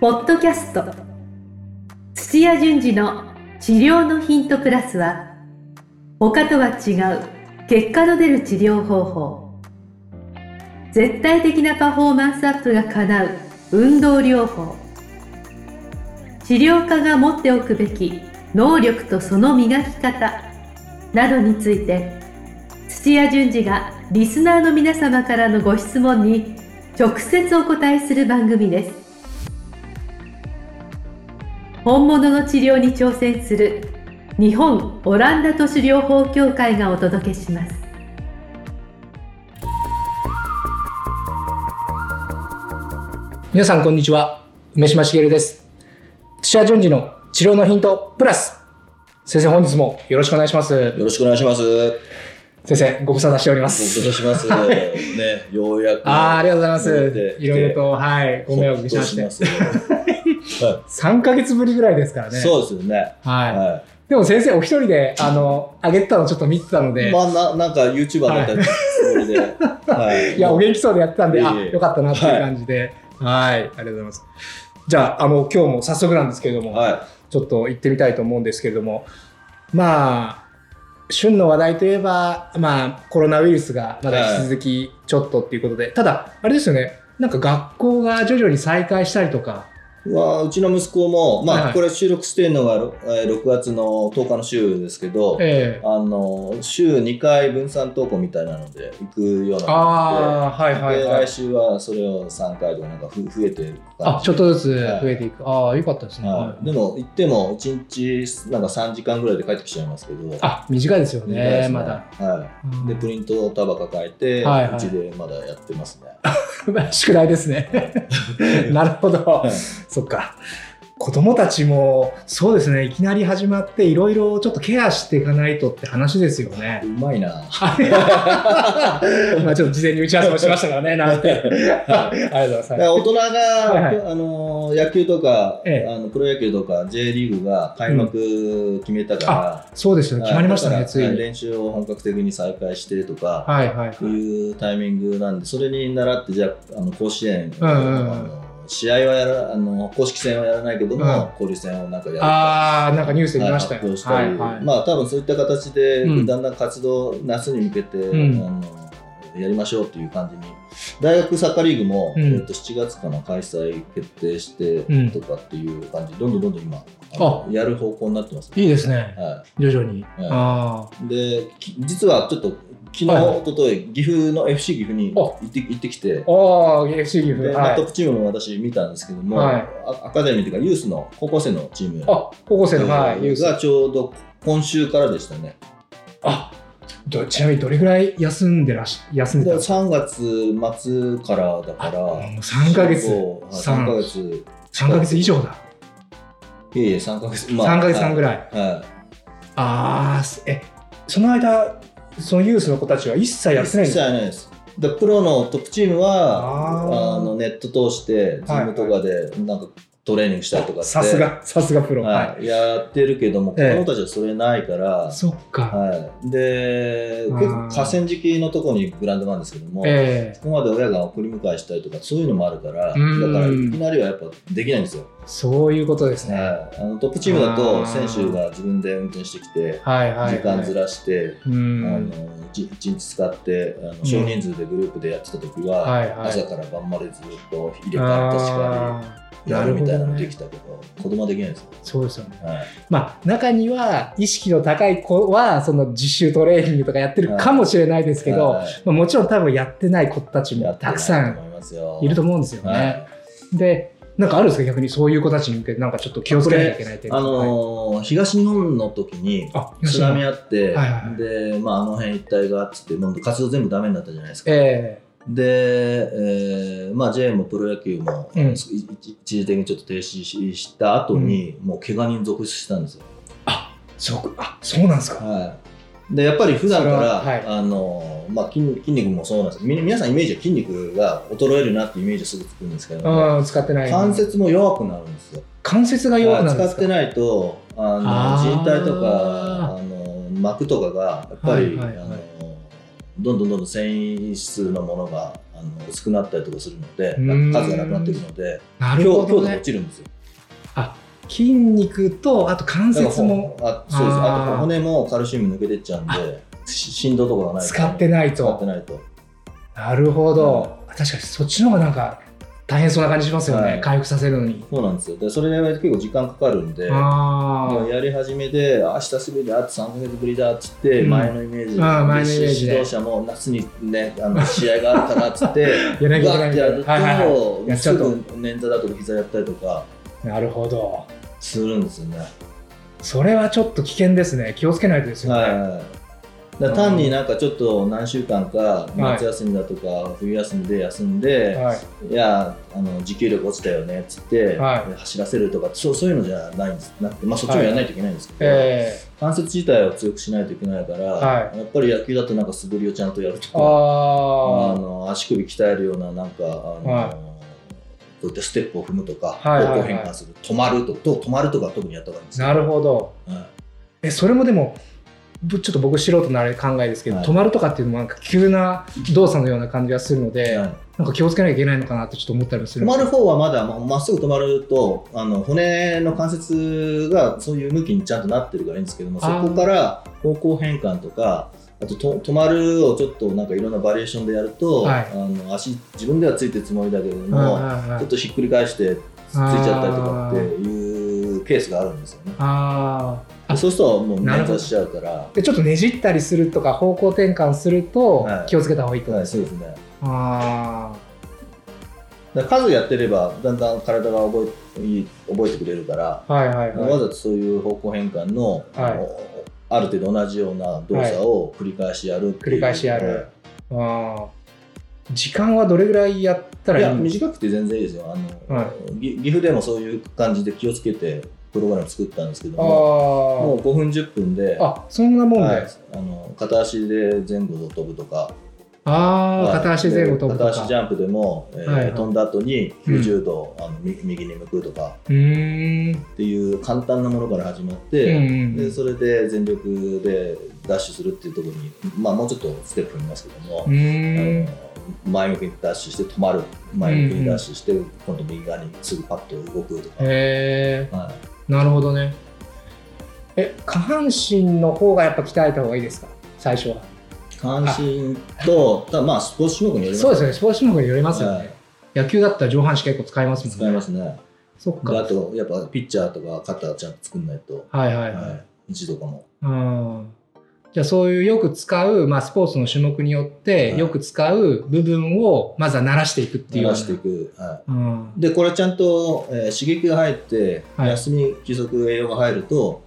ポッドキャスト土屋順次の治療のヒントプラスは、他とは違う結果の出る治療方法、絶対的なパフォーマンスアップが叶う運動療法、治療家が持っておくべき能力とその磨き方などについて、土屋順次がリスナーの皆様からのご質問に直接お答えする番組です。本物の治療に挑戦する日本オランダ都市療法協会がお届けします。 皆さんこんにちは、梅島茂です。土屋順次の治療のヒントプラス。先生、本日もよろしくお願いします。 よろしくお願いします。 先生、ご無沙汰しております。 ご無沙汰します。ね、ようやく。 ありがとうございます。いろいろと、ご迷惑しまして。3ヶ月ぶりぐらいですからね。 そうですよね。 でも先生、お一人で、上げたのちょっと見てたので。 なんか YouTuber だったつもりで。 いや、お元気そうでやってたんで、よかったなっていう感じで。ありがとうございます。じゃあ、今日も早速なんですけれども、ちょっと行ってみたいと思うんですけれども、旬の話題といえば、コロナウイルスがまだ引き続きちょっとっていうことで、ただ、あれですよね、なんか学校が徐々に再開したりとか、 うちの息子も、これ収録してるのが6月の10日の週ですけど、週2回分散登校みたいなので行くようなので、来週はそれを3回とかなんか増えていく感じ。 ちょっとずつ増えていく。よかったですね。 でも行っても1日なんか3時間ぐらいで帰ってきちゃいますけど。 短いですよね、まだ。 で、プリント束抱えて、うちでまだやってますね。 宿題ですね。なるほど。そっか。子供たちもそうですね、いきなり始まっていろいろちょっとケアしていかないとって話ですよね。 うまいな。 ちょっと事前に打ち合わせもしましたからね、なんて。ありがとうございます。 大人が、野球とか、プロ野球とか J リーグが開幕決めたから、 そうですよね、決まりましたね、ついに。 練習を本格的に再開してとか、いうタイミングなんで、それに倣ってじゃあ甲子園試合は公式戦はやらないけども、交流戦をなんかやるとか、 なんかニュースで見ましたよ。 多分そういった形で、だんだん活動、夏に向けて、やりましょうっていう感じに。大学サッカーリーグも、7月かな開催決定してとかっていう感じで、どんどん今、やる方向になってます。 いいですね。徐々に。 で、実はちょっと、昨日、おととい、岐阜の FC 岐阜に行ってきて、 FC 岐阜で、トップチームも私見たんですけども、アカデミーというかユースの高校生のチーム高校生のユースがちょうど今週からでしたね。 ちなみにどれぐらい休んでた ？3月末からだから 3ヶ月3ヶ月以上だ。 3ヶ月 3ヶ月半ぐらい。その間そのユースの子たちは一切やってないんですか？ 一切ないです。プロのトップチームはネット通してズームとかでなんかトレーニングしたりとかってさすがプロ、 やってるけども、子供たちはそれないから、 そっか、 で結構河川敷のところにグラウンドなんですけども、そこまで親が送り迎えしたりとかそういうのもあるから、だからいきなりはやっぱできないんですよ。 そういうことですね。 トップチームだと選手が自分で運転してきて、時間ずらして1日使って少人数でグループでやってた時は、朝から晩までずっと入れ替わり確かにやるみたいなのできたけど、子供はできないですよ。 そうですよね。中には意識の高い子はその自主トレーニングとかやってるかもしれないですけど、もちろん多分やってない子たちもたくさんいると思うんですよね。で、なんかあるんですか、逆にそういう子たちに向けてなんかちょっと気をつけなきゃいけない点。 東日本の時に津波あって、で、あの辺一帯があってもう活動全部ダメになったじゃないですか。で、J もプロ野球も一時的にちょっと停止した後に、もう怪我人続出したんですよ。 そうなんですか。 でやっぱり普段から筋肉もそうなんですけど、皆さんイメージは筋肉が衰えるなってイメージすぐつくんですけど、 使ってない関節も弱くなるんですよ。 関節が弱くなるんですか？ 使ってないと靭帯とか膜とかがやっぱりどんどん繊維質のものが薄くなったりとかするので、数がなくなっていくので、 強度が落ちるんですよ。 筋肉とあと関節も、 そうです。あと骨もカルシウム抜けてっちゃうんで、振動とかがない、 使ってないと。なるほど、確かにそっちの方がなんか大変そうな感じしますよね、回復させるのに。 そうなんですよ。でそれで結構時間かかるんで、やり始めで久しぶりだ、あと3ヶ月ぶりだっつって、前のイメージで指導者も夏にね試合があるからっつってガッてやるとすぐ捻挫だとか膝やったりとかなるほどするんですよね。 それはちょっと危険ですね。気をつけないとですよね。 単になんかちょっと何週間か夏休みだとか冬休みで休んで、いや持久力落ちたよねっつって走らせるとかそういうのじゃないんです。そっちもやらないといけないんですけど、関節自体を強くしないといけないから、やっぱり野球だとなんか素振りをちゃんとやるとか、足首鍛えるようななんかこういったステップを踏むとか、方向変換する、止まるとか特にやった方がいいんですよ。 なるほど。それもでもちょっと僕素人の考えですけど、止まるとかっていうのもなんか急な動作のような感じがするので、なんか気をつけなきゃいけないのかなってちょっと思ったりもするんです。 止まる方はまだまっすぐ止まると骨の関節がそういう向きにちゃんとなってるからいいんですけども、そこから方向変換とかあと止まるをちょっとなんかいろんなバリエーションでやると、足自分ではついてるつもりだけども、ちょっとひっくり返してついちゃったりとかっていうケースがあるんですよね。そうするともう捻挫しちゃうから。 でちょっとねじったりするとか方向転換すると気をつけた方がいいと。 そうですね。数やってればだんだん体が覚えてくれるから、わざとそういう方向変換の、ある程度同じような動作を繰り返しやるっていう。 繰り返しやる。時間はどれぐらいやったらいいんですか？ 短くて全然いいですよ。岐阜でもそういう感じで気をつけてプログラム作ったんですけども、もう5分10分で、 そんなもんで、 片足で前後を飛ぶとか、 片足前後飛ぶとか、 片足ジャンプでも飛んだ後に90度右に向くとかっていう簡単なものから始まって、でそれで全力でダッシュするっていうところに、もうちょっとステップ踏みますけども、前向きにダッシュして止まる、前向きにダッシュして今度右側にすぐパッと動くとか。 なるほどね。下半身の方がやっぱ鍛えた方がいいですか、最初は？ 下半身とスポーツ種目によりますね。 そうですね、スポーツ種目によりますよね。野球だったら上半身結構使いますもんね。 使いますね。 そっか。 あとやっぱピッチャーとか肩をちゃんと作んないと。位置とかも。 じゃあそういうよく使う、スポーツの種目によってよく使う部分をまずは慣らしていくっていう。 慣らしていく。でこれちゃんと、刺激が入って、休み規則栄養が入ると、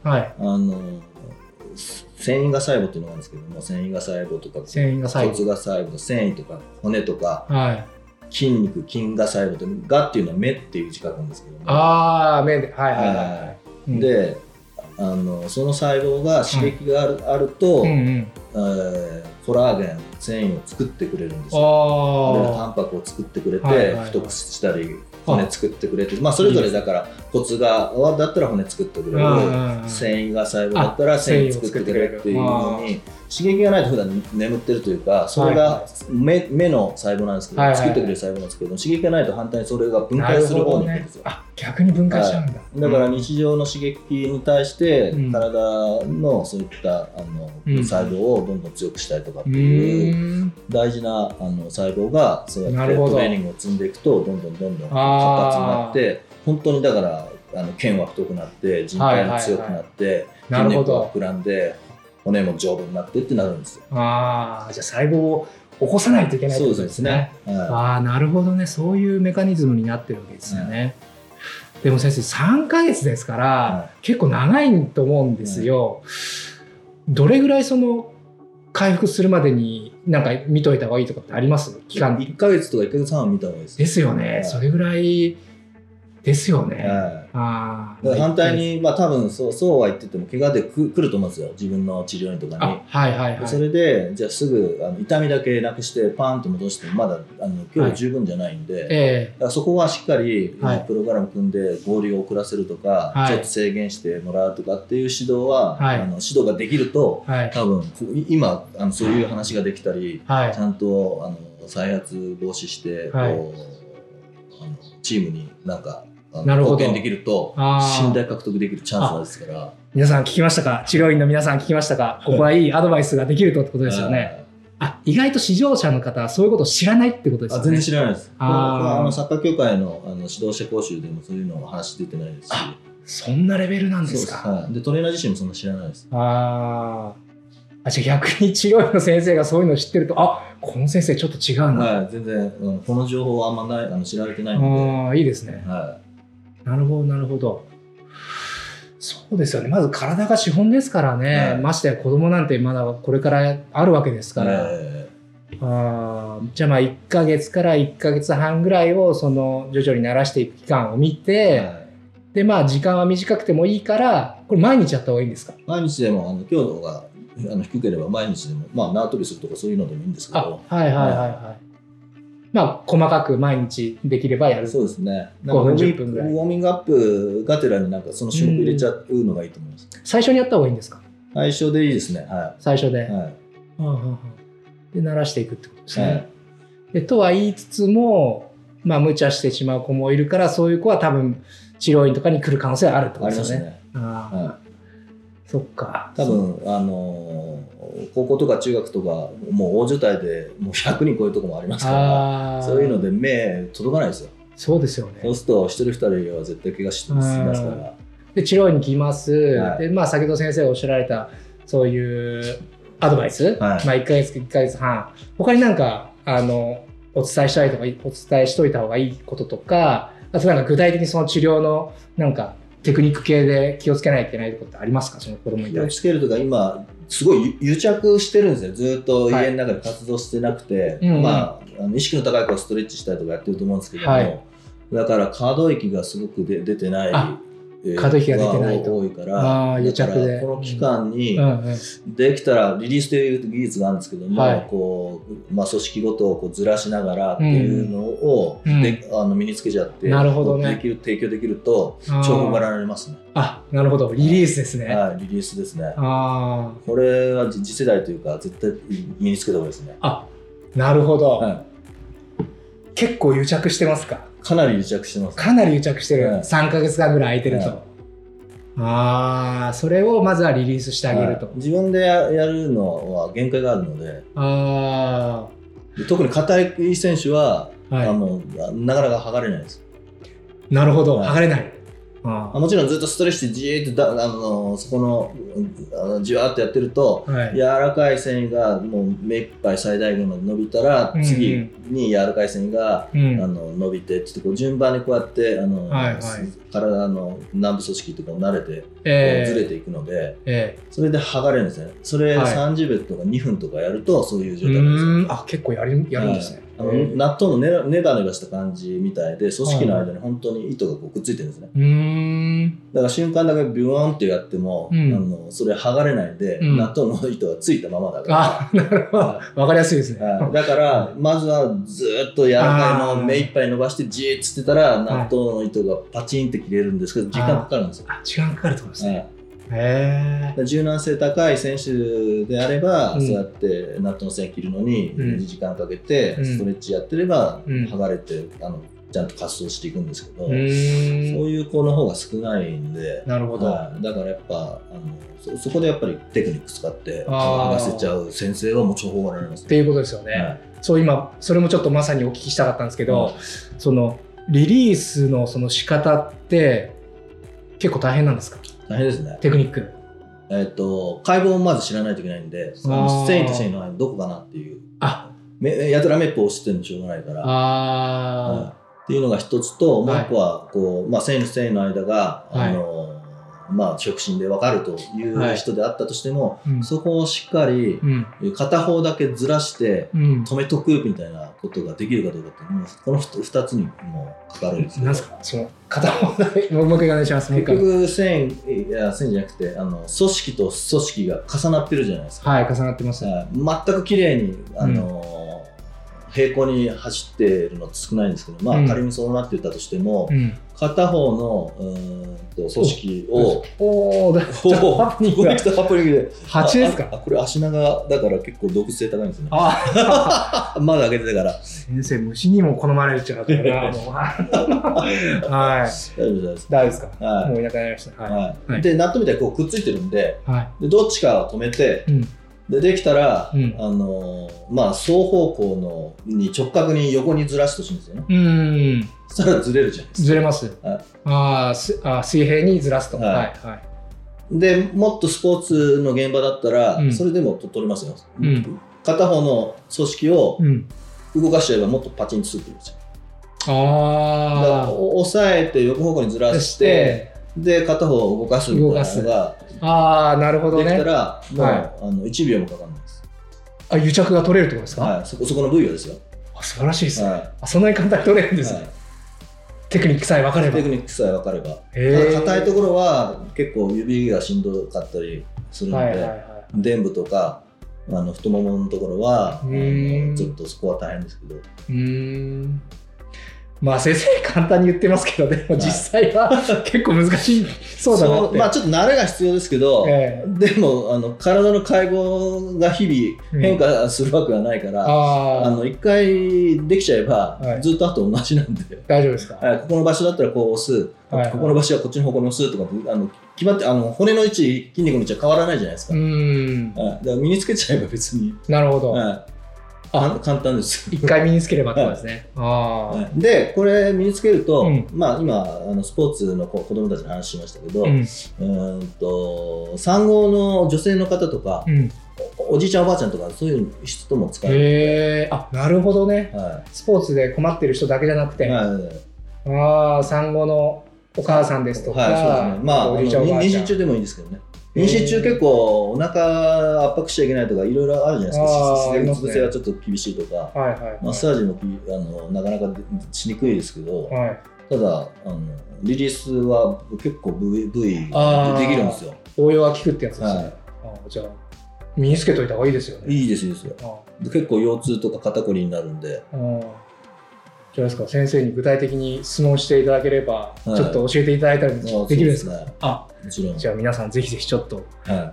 繊維芽細胞っていうのがあるんですけども、繊維芽細胞とか骨芽細胞、繊維とか骨とか、筋肉筋芽細胞って、芽っていうのは目っていう字書くんですけども、 目で、 でその細胞が刺激があると、コラーゲン繊維を作ってくれるんですよ。あるいはタンパクを作ってくれて、太くしたり骨作ってくれて、それぞれだから骨がだったら骨作ってくれる、繊維が細胞だったら繊維作ってくれるっていうように、刺激がないと普段眠ってるというか、それが目の細胞なんですけど、作ってくれる細胞なんですけど、刺激がないと反対にそれが分解する方に行くんですよ。 逆に分解しちゃうんだ。 だから日常の刺激に対して体のそういった細胞をどんどん強くしたりとかっていう大事な細胞がそうやってトレーニングを積んでいくとどんどん活発になって、本当にだから腱は太くなって靭帯も強くなって筋肉が膨らんで骨も丈夫になってってなるんですよ。 じゃあ細胞を起こさないといけないってことですね。なるほどね。そういうメカニズムになってるわけですよね。でも先生3ヶ月ですから、結構長いと思うんですよ。どれぐらいその回復するまでになんか見といた方がいいとかってあります？期間 1ヶ月とか1ヶ月半は見た方がいいです。 ですよね。それぐらいですよね。 反対に多分そうは言ってても怪我で来ると思うんですよ、自分の治療院とかに。それでじゃあすぐ痛みだけなくしてパーンと戻してもまだ今日十分じゃないんで、そこはしっかりプログラム組んで合流を遅らせるとか、ちょっと制限してもらうとかっていう指導は、指導ができると、多分今そういう話ができたり、ちゃんと再発防止して、はい、チームになんか貢献できると信頼獲得できるチャンスなんですから。 皆さん聞きましたか？治療院の皆さん聞きましたか？ここはいいアドバイスができるとってことですよね。意外と指導者の方はそういうことを知らないってことですよね。 全然知らないです。サッカー協会の指導者講習でもそういうの話出てないですし。 そんなレベルなんですか？ はい、でトレーナー自身もそんな知らないです。 じゃあ逆に治療院の先生がそういうのを知ってると、この先生ちょっと違うんだ。 はい、全然、この情報はあんまない、知られてないので。いいですね。 はい。 なるほど、なるほど。そうですよね。まず体が資本ですからね。はい、ましてや子供なんてまだこれからあるわけですから。じゃあ1ヶ月から1ヶ月半ぐらいを徐々に慣らしていく期間を見て、で時間は短くてもいいから、これ毎日やった方がいいんですか？ 毎日でも強度が低ければ毎日でも縄跳びするとかそういうのでもいいんですけど。 はいはいはいはい。細かく毎日できればやる。 そうですね。 5分10分ぐらい。 ウォーミングアップがてらにその種目入れちゃうのがいいと思います。 最初にやった方がいいんですか？ 最初でいいですね。はい。 最初で。 はい。 で慣らしていくってことですね。はい、でとは言いつつも、無茶してしまう子もいるから、そういう子は多分治療院とかに来る可能性はあるってことですよね。そっか。 多分高校とか中学とかもう大所帯でもう100人超えるとこもありますから、そういうので目届かないですよ。 そうですよね。 そうすると1人2人は絶対怪我してますから。 で治療院に来ます。はい、で先ほど先生がおっしゃられたそういうアドバイス、はい、1ヶ月1ヶ月半他になんかお伝えしたいとかお伝えしといた方がいいこととか、あと具体的にその治療のテクニック系で気をつけないといけないことってありますか？その子供に対して。 気をつけるとか今すごい癒着してるんですよ。ずっと家の中で活動してなくて、意識の高い子はストレッチしたりとかやってると思うんですけども、はい、だから可動域がすごく出てない可動域が出てないと多いから、だからこの期間にできたらリリースという技術があるんですけども、はい、組織ごとをずらしながらっていうのを身につけちゃって、 なるほどね、 提供できると重宝がられますね。 なるほど、リリースですね。 はい、リリースですね。これは次世代というか絶対身につけた方がいいですね。 なるほど、はい、結構癒着してますか？ かなり癒着してます。 かなり癒着してる。3ヶ月間ぐらい空いてると。それをまずはリリースしてあげると。 自分でやるのは限界があるので。特に硬い選手は、なかなか剥がれないです。 なるほど、剥がれない。 もちろんずっとストレッチでじーっとそこのじわーっとやってると、柔らかい繊維がもう目いっぱい最大限まで伸びたら、次に柔らかい繊維が、伸びてちょっと順番にこうやって体の軟部組織とかも慣れて、ずれていくので、それで剥がれるんですね。それ30秒とか2分とかやるとそういう状態なんですよ。 結構やるんですね。 納豆のネバネバした感じみたいで、組織の間に本当に糸がくっついてるんですね。だから瞬間だけビューンってやっても、それ剥がれないで、納豆の糸がついたままだから。なるほど。わかりやすいですね。 だからまずはずっと柔らかいのを目いっぱい伸ばしてじーっつってたら、納豆の糸がパチンって切れるんですけど、時間かかるんですよ。 時間かかるってことですね。 柔軟性高い選手であれば、そうやって納豆の線切るのに2時間かけてストレッチやってれば剥がれてちゃんと活動していくんですけど、そういう子の方が少ないんで。 なるほど。 だからやっぱそこでやっぱりテクニック使って剥がせちゃう先生はもう重宝がられます。 っていうことですよね。今それもちょっとまさにお聞きしたかったんですけど、そのリリースのその仕方って結構大変なんですか？ 大変ですね。 テクニック。 解剖をまず知らないといけないんで、繊維と繊維の間どこかなっていう。やたらメップを押してるのしょうがないから。っていうのが一つと、もう一個は繊維と繊維の間が触診で分かるという人であったとしても、そこをしっかり片方だけずらして止めとくみたいなことができるかどうかって、この2つにもかかるんですよ。 何ですか？その片方だけもう一回お願いします。 結局繊維じゃなくて組織と組織が重なってるじゃないですか。 はい、重なってます。 全く綺麗に平行に走ってるのって少ないんですけど、まあ仮にそうなっていったとしても、片方の組織をハプニングで8ですか。 これ足長だから結構動物性高いんですね。まだ開けてたから。 先生、虫にも好まれちゃうからな。はい。 大丈夫です。 大丈夫ですか。もういなくなりました。 で、ナットみたいにこうくっついてるんで、どっちかを止めて、できたら、まあ双方向のに直角に横にずらしてほしいんですよね。そしたらずれるじゃないですか。 ずれます。水平にずらすと。 でもっとスポーツの現場だったら、それでも取れますよ。片方の組織を動かしちゃえばもっとパチンとするんですよ。だから押さえて横方向にずらしてで片方を動かすみたいなのがなるほどね。 できたらもう1秒もかかんないです。 癒着が取れるってことですか。 はい、そこの部位はですよ。 素晴らしいですね。そんなに簡単に取れるんですね。テクニックさえ分かれば。 テクニックさえ分かれば。硬いところは結構指がしんどかったりするので、臀部とか太もものところはちょっとそこは大変ですけど。 まあ先生簡単に言ってますけど、でも実際は結構難しいそうだなって。 まあちょっと慣れが必要ですけど、でも体の解剖が日々変化するわけはないから、一回できちゃえばずっとあと同じなんで。 大丈夫ですか。 ここの場所だったらこう押す、ここの場所はこっちの方向に押すとか決まって骨の位置、筋肉の位置は変わらないじゃないですか。だから身につけちゃえば別に。 なるほど。 簡単です。 一回身につければってことですね。 で、これ身につけると、まあ今スポーツの子供たちの話しましたけど、産後の女性の方とか、おじいちゃんおばあちゃんとかそういう人も使える。 なるほどね。スポーツで困ってる人だけじゃなくて、産後のお母さんですとか、 まあ妊娠中でもいいんですけどね。妊娠中結構お腹圧迫しちゃいけないとかいろいろあるじゃないですか。自然うつ伏せはちょっと厳しいとか、マッサージもなかなかしにくいですけど、ただリリースは結構部位でできるんですよ。 応用が効くってやつですね。じゃあ身につけといた方がいいですよね。 いいですよ。結構腰痛とか肩こりになるんで。 じゃあですか、先生に具体的に質問していただければ、ちょっと教えていただいたりできるんですか。もちろん。じゃあ皆さんぜひぜひちょっと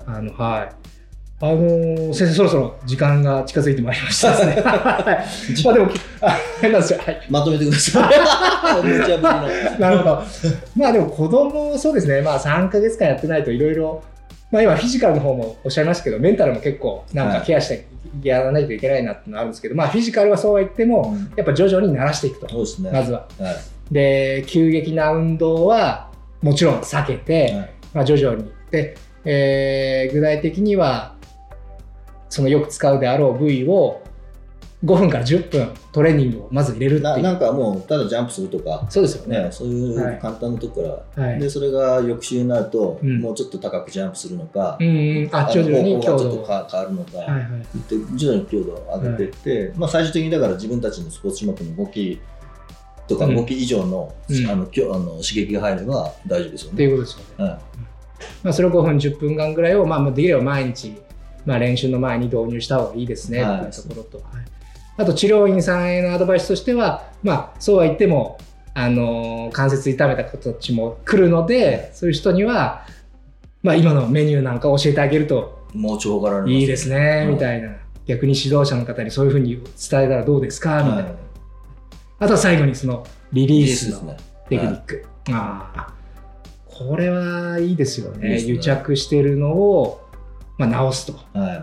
先生そろそろ時間が近づいてまいりましたですね。まあでも変なんですよ。 まとめてください。 なるほど。まあでも子供そうですね。まあ3ヶ月間やってないといろいろ。まあ今フィジカルの方もおっしゃいましたけど、メンタルも結構なんかケアしてやらないといけないなってのあるんですけど、まあフィジカルはそうは言ってもやっぱ徐々に慣らしていくと。そうですね。まずは。で急激な運動はもちろん避けて、まあ徐々にで、具体的にはそのよく使うであろう部位を5分から10分トレーニングをまず入れるっていう。 なんかもうただジャンプするとか、 そうですよね。 そういう簡単なところから、でそれが翌週になるともうちょっと高くジャンプするのか、 徐々に強度が変わるのか、徐々に強度を上げていって、まあ最終的にだから自分たちのスポーツ種目の動きとか動き以上の刺激が入れば大丈夫ですよね。 っていうことですよね。まあそれを5分10分間ぐらいをまあできれば毎日練習の前に導入した方がいいですねっていうところと。あと治療院さんへのアドバイスとしては、まあ、そうは言っても関節痛めた子たちも来るので、そういう人には、まあ、今のメニューなんか教えてあげるといいですねみたいな、逆に指導者の方にそういうふうに伝えたらどうですかみたいな、あとは最後にそのリリースのテクニック、これはいいですよね。癒着しているのを、まあ、直すと。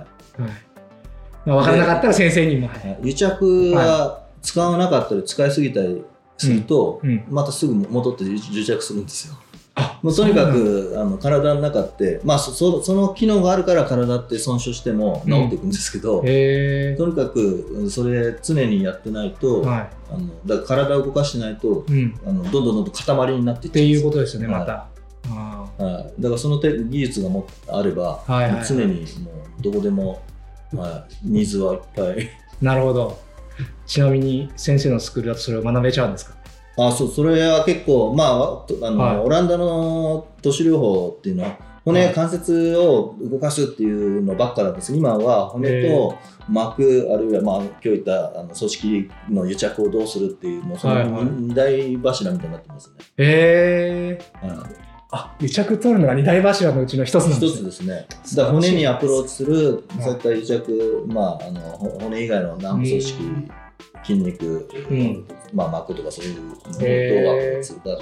分からなかったら先生にも。 癒着は使わなかったり使いすぎたりすると、またすぐ戻って癒着するんですよ。もうとにかく体の中って、まあ、その機能があるから体って損傷しても治っていくんですけど、とにかくそれ常にやってないと、だから体を動かしてないと、どんどん塊になっていっちゃうっていうことですよね、また。 だからその技術があれば、常にもうどこでもニーズはいっぱい。 なるほど。ちなみに先生のスクールだとそれを学べちゃうんですか。 それは結構、まあオランダの都市療法っていうのは骨、関節を動かすっていうのばっかなんです。今は骨と膜、あるいは今日言った組織の癒着をどうするっていう、もうその二大柱みたいになってますね。 癒着取るのが二大柱のうちの一つなんですね。 一つですね。だから骨にアプローチする、そういった癒着、骨以外の軟組織、筋肉、膜とかそういうのをどうアプローチするかっていう。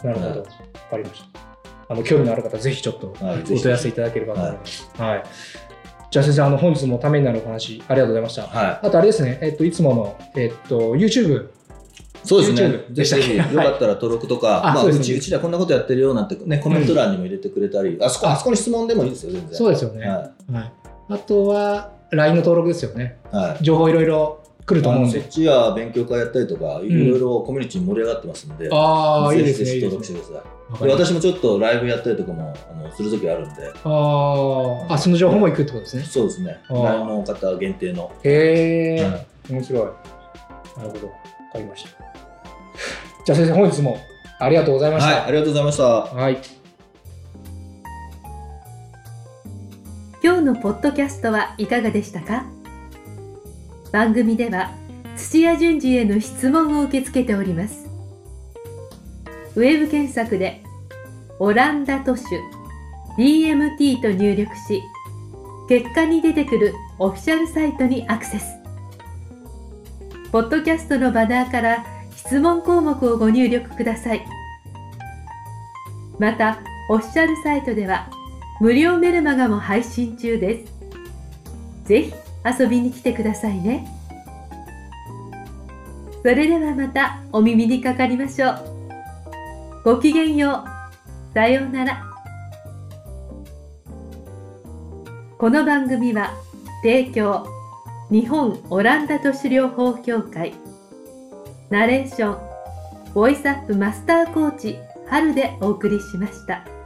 なるほど。わかりました。興味のある方、ぜひちょっとお問い合わせいただければと思います。じゃあ先生、本日もためになるお話ありがとうございました。あとあれですね、いつもの、YouTube。 そうですね。ぜひよかったら登録とか、うちではこんなことやってるよなんてね、コメント欄にも入れてくれたり、あそこに質問でもいいですよ、全然。 そうですよね。あとは LINE の登録ですよね。情報いろいろ来ると思うんで。 そっちは勉強会やったりとか、いろいろコミュニティ盛り上がってますので、ぜひ登録してください。私もちょっとライブやったりとかもするときあるんで。 その情報も行くってことですね。 そうですね。LINE の方限定の。 面白い。なるほど。わかりました。じゃあ先生、本日もありがとうございました。 ありがとうございました。 今日のポッドキャストはいかがでしたか？番組では土屋順次への質問を受け付けております。ウェブ検索でオランダ都市 DMT と入力し、結果に出てくるオフィシャルサイトにアクセス。ポッドキャストのバナーから質問項目をご入力ください。また、オフィシャルサイトでは無料メルマガも配信中です。ぜひ遊びに来てくださいね。それではまたお耳にかかりましょう。ごきげんよう。さようなら。この番組は提供日本オランダ都市療法協会、ナレーションボイスアップマスターコーチ春でお送りしました。